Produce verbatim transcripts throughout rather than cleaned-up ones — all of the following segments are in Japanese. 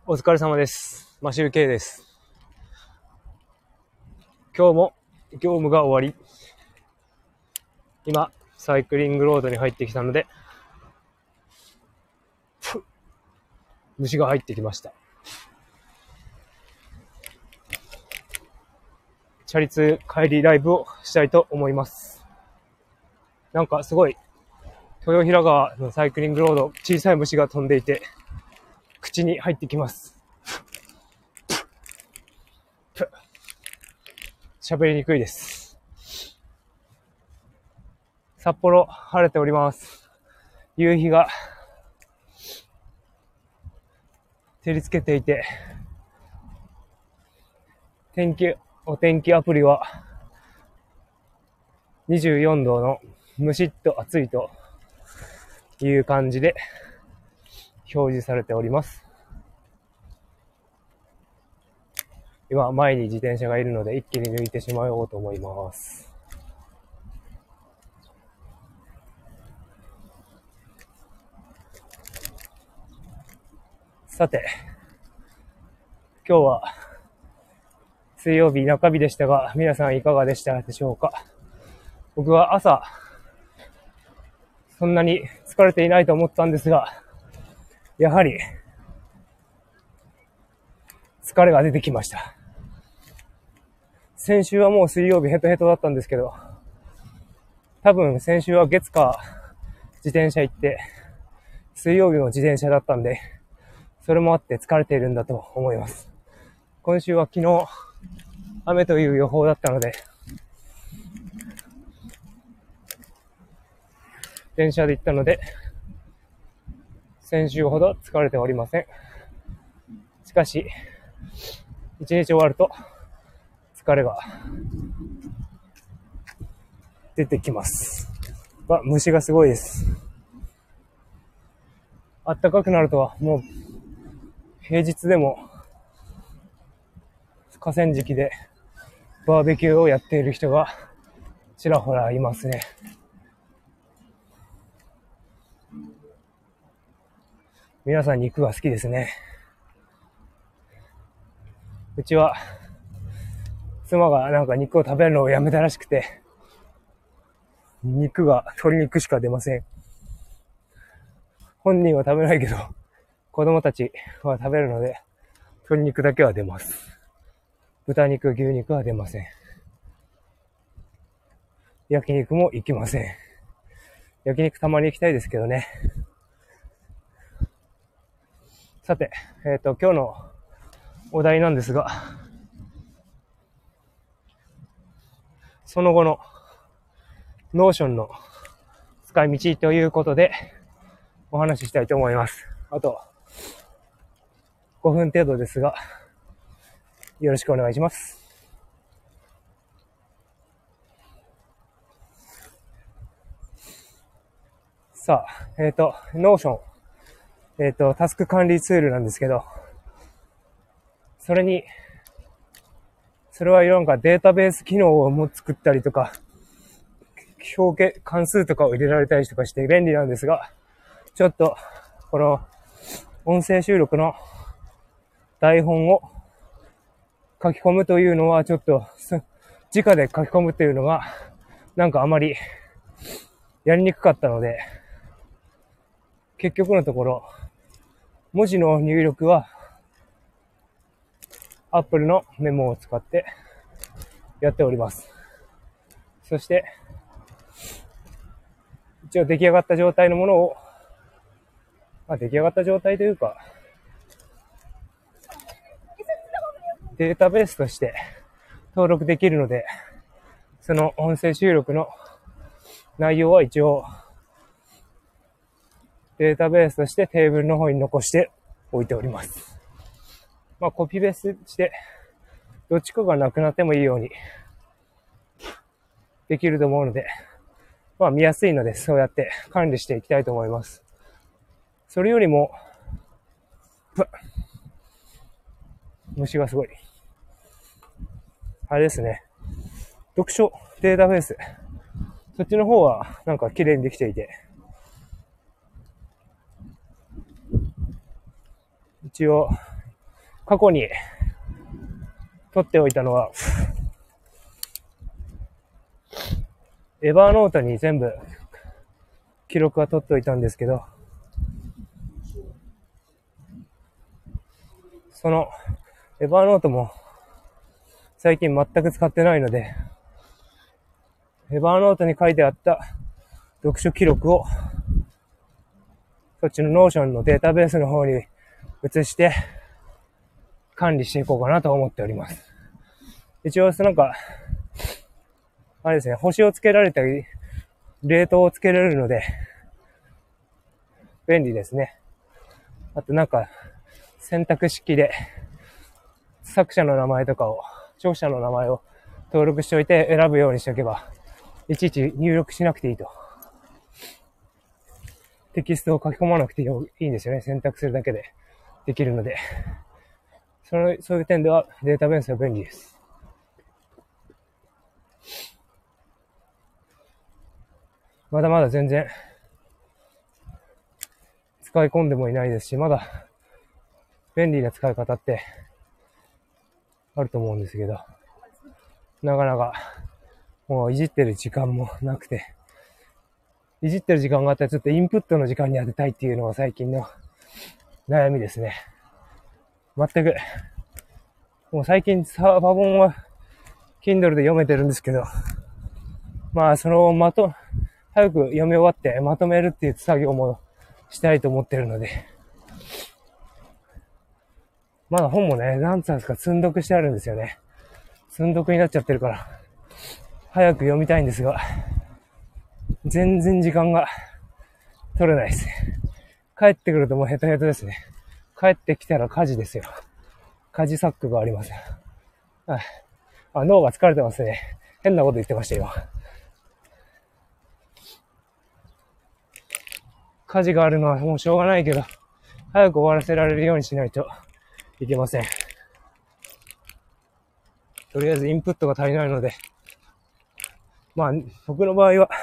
お疲れ様です。マシュル K です。今日も業務が終わり、今サイクリングロードに入ってきたので、虫が入ってきました。チャリ通帰りライブをしたいと思います。なんかすごい豊平川のサイクリングロード、小さい虫が飛んでいて口に入ってきます。喋りにくいです。札幌晴れております。夕日が照りつけていて、天気お天気アプリはにじゅうよんどのむしっと暑いという感じで表示されております。今前に自転車がいるので一気に抜いてしまおうと思います。さて、今日は水曜日中日でしたが、皆さんいかがでしたでしょうか。僕は朝そんなに疲れていないと思ったんですが、やはり疲れが出てきました。先週はもう水曜日ヘトヘトだったんですけど、多分先週は月火自転車行って、水曜日も自転車だったんで、それもあって疲れているんだと思います。今週は昨日雨という予報だったので、電車で行ったので、先週ほど疲れておりません。しかし、一日終わると疲れが出てきます。まあ、虫がすごいです。暖かくなるとはもう平日でも河川敷でバーベキューをやっている人がちらほらいますね。皆さん肉が好きですね。うちは妻がなんか肉を食べるのをやめたらしくて、肉が鶏肉しか出ません。本人は食べないけど子供たちは食べるので、鶏肉だけは出ます。豚肉、牛肉は出ません。焼肉も行きません。焼肉たまに行きたいですけどね。さて、えっと今日のお題なんですが、その後のノーションの使い道ということでお話ししたいと思います。あとごふん程度ですが、よろしくお願いします。さあ、えっと、ノーション。えっと、タスク管理ツールなんですけど、それに、それはなんかデータベース機能をも作ったりとか、表記関数とかを入れられたりとかして便利なんですが、ちょっと、この、音声収録の台本を書き込むというのはちょっと、直で書き込むっていうのが、なんかあまりやりにくかったので、結局のところ、文字の入力は Apple のメモを使ってやっております。そして、一応出来上がった状態のものを、まあ、出来上がった状態というか、データベースとして登録できるので、その音声収録の内容は一応データベースとしてテーブルの方に残しておいております。まあコピペしてどっちかがなくなってもいいようにできると思うので、まあ見やすいのでそうやって管理していきたいと思います。それよりも虫がすごい。あれですね。読書データベース。そっちの方はなんか綺麗にできていて、一応過去に撮っておいたのは、エバーノートに全部記録は取っておいたんですけど、そのエバーノートも最近全く使ってないので、エバーノートに書いてあった読書記録をそっちのノーションのデータベースの方に移して管理していこうかなと思っております。一応なんかあれですね、星をつけられたりレートをつけられるので便利ですね。あとなんか選択式で作者の名前とかを、著者の名前を登録しておいて選ぶようにしておけば、いちいち入力しなくていいと。テキストを書き込まなくていいんですよね。選択するだけでできるので。その、そういう点ではデータベースは便利です。まだまだ全然使い込んでもいないですし、まだ便利な使い方ってあると思うんですけど、なかなかもういじってる時間もなくて、いじってる時間があったらちょっとインプットの時間に当てたいっていうのが最近の悩みですね。全く、もう最近サーバ本は Kindle で読めてるんですけど、まあそのまと、早く読み終わってまとめるっていう作業もしたいと思ってるので、まだ本もね、なんつうんですか、積んどくしてあるんですよね。積んどくになっちゃってるから、早く読みたいんですが、全然時間が取れないですね。帰ってくるともうヘトヘトですね。帰ってきたら家事ですよ。家事サックがあります。あ、あ、脳が疲れてますね。変なこと言ってましたよ。家事があるのはもうしょうがないけど、早く終わらせられるようにしないといけません。とりあえずインプットが足りないので、まあ僕の場合は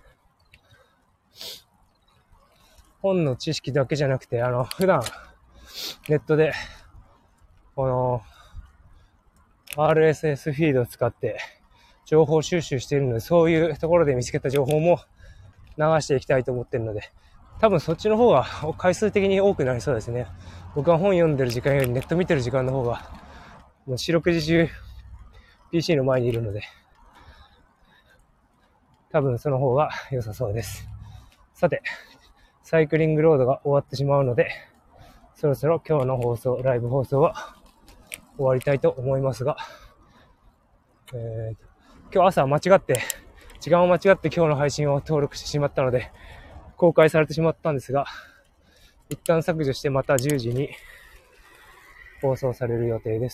本の知識だけじゃなくて、あの普段ネットでこの アールエスエス フィードを使って情報収集しているので、そういうところで見つけた情報も流していきたいと思っているので、多分そっちの方が回数的に多くなりそうですね。僕は本読んでる時間よりネット見てる時間の方がもう四六時中 ピーシー の前にいるので、多分その方が良さそうです。さて、サイクリングロードが終わってしまうので、そろそろ今日の放送、ライブ放送は終わりたいと思いますが、えー、今日朝間違って、時間を間違って今日の配信を登録してしまったので、公開されてしまったんですが、一旦削除してまたじゅうじに放送される予定です。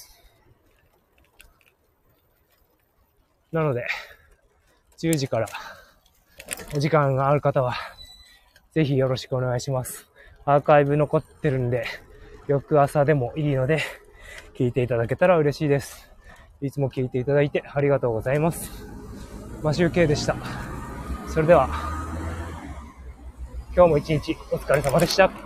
なので、じゅうじからお時間がある方は、ぜひよろしくお願いします。アーカイブ残ってるんで、翌朝でもいいので、聞いていただけたら嬉しいです。いつも聞いていただいてありがとうございます。マシュウケイでした。それでは、今日も一日お疲れ様でした。